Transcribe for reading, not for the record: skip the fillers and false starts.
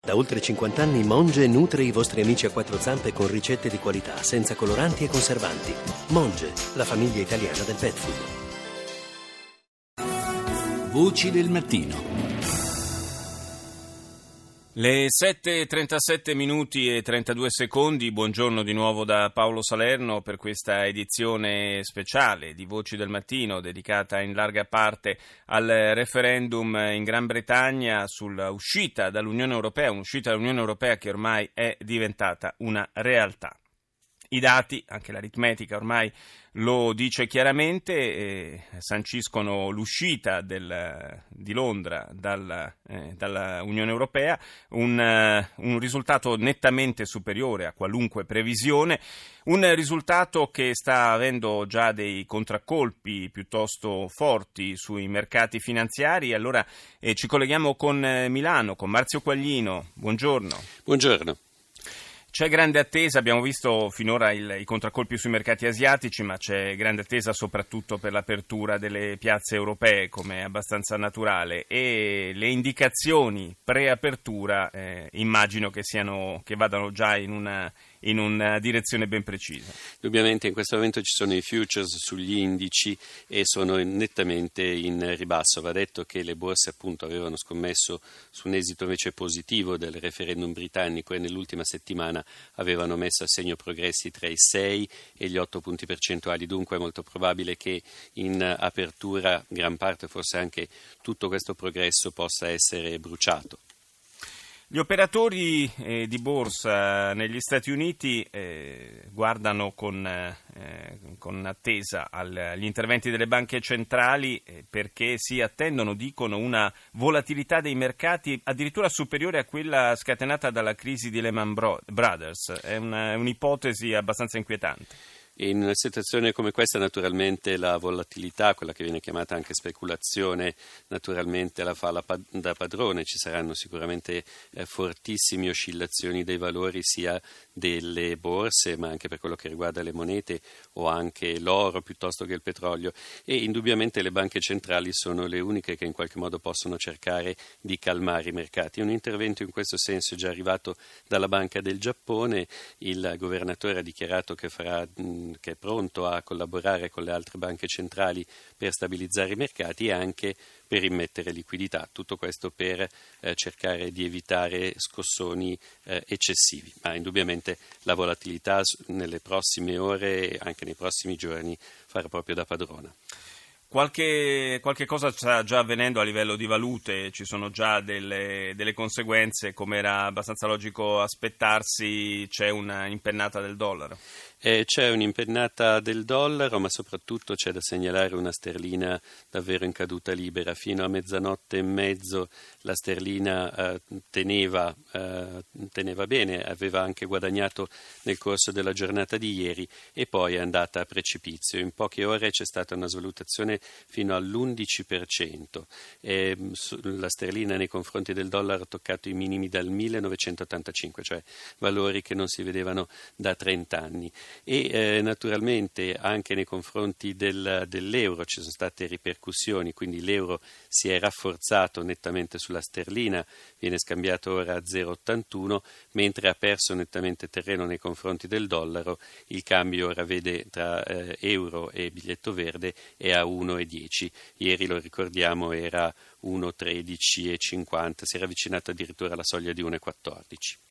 Da oltre 50 anni Monge nutre i vostri amici a quattro zampe con ricette di qualità, senza coloranti e conservanti. Monge, la famiglia italiana del pet food. Voci del mattino. Le 7:37 minuti e 32 secondi, buongiorno di nuovo da Paolo Salerno per questa edizione speciale di Voci del Mattino dedicata in larga parte al referendum in Gran Bretagna sulla uscita dall'Unione Europea, un'uscita dall'Unione Europea che ormai è diventata una realtà. I dati, anche l'aritmetica ormai lo dice chiaramente, sanciscono l'uscita di Londra dalla Unione Europea, un risultato nettamente superiore a qualunque previsione, un risultato che sta avendo già dei contraccolpi piuttosto forti sui mercati finanziari. Allora ci colleghiamo con Milano, con Marzio Quaglino. Buongiorno. Buongiorno. C'è grande attesa, abbiamo visto finora i contraccolpi sui mercati asiatici, ma c'è grande attesa soprattutto per l'apertura delle piazze europee, come è abbastanza naturale, e le indicazioni pre-apertura immagino che vadano già in una direzione ben precisa. Indubbiamente in questo momento ci sono i futures sugli indici e sono nettamente in ribasso. Va detto che le borse appunto avevano scommesso su un esito invece positivo del referendum britannico e nell'ultima settimana avevano messo a segno progressi tra i 6 e gli 8 punti percentuali. Dunque è molto probabile che in apertura gran parte, forse anche tutto questo progresso, possa essere bruciato. Gli operatori di borsa negli Stati Uniti guardano con attesa agli interventi delle banche centrali perché si attendono, dicono, una volatilità dei mercati addirittura superiore a quella scatenata dalla crisi di Lehman Brothers. È un'ipotesi abbastanza inquietante. In una situazione come questa naturalmente la volatilità, quella che viene chiamata anche speculazione, naturalmente la fa da padrone. Ci saranno sicuramente fortissime oscillazioni dei valori sia delle borse, ma anche per quello che riguarda le monete o anche l'oro piuttosto che il petrolio, e indubbiamente le banche centrali sono le uniche che in qualche modo possono cercare di calmare i mercati. Un intervento in questo senso è già arrivato dalla Banca del Giappone. Il governatore ha dichiarato che è pronto a collaborare con le altre banche centrali per stabilizzare i mercati e anche per immettere liquidità. Tutto questo per cercare di evitare scossoni eccessivi. Ma indubbiamente la volatilità nelle prossime ore e anche nei prossimi giorni farà proprio da padrona. Qualche cosa sta già avvenendo a livello di valute, ci sono già delle conseguenze, come era abbastanza logico aspettarsi. C'è una impennata del dollaro. C'è un'impennata del dollaro, ma soprattutto c'è da segnalare una sterlina davvero in caduta libera. Fino a mezzanotte e mezzo la sterlina teneva bene, aveva anche guadagnato nel corso della giornata di ieri e poi è andata a precipizio. In poche ore c'è stata una svalutazione fino all'11%. La sterlina nei confronti del dollaro ha toccato i minimi dal 1985, cioè valori che non si vedevano da 30 anni. E naturalmente anche nei confronti dell'euro ci sono state ripercussioni, quindi l'euro si è rafforzato nettamente sulla sterlina, viene scambiato ora a 0,81, mentre ha perso nettamente terreno nei confronti del dollaro. Il cambio ora vede tra euro e biglietto verde è a 1,10. Ieri, lo ricordiamo, era 1,13,50, si era avvicinato addirittura alla soglia di 1,14.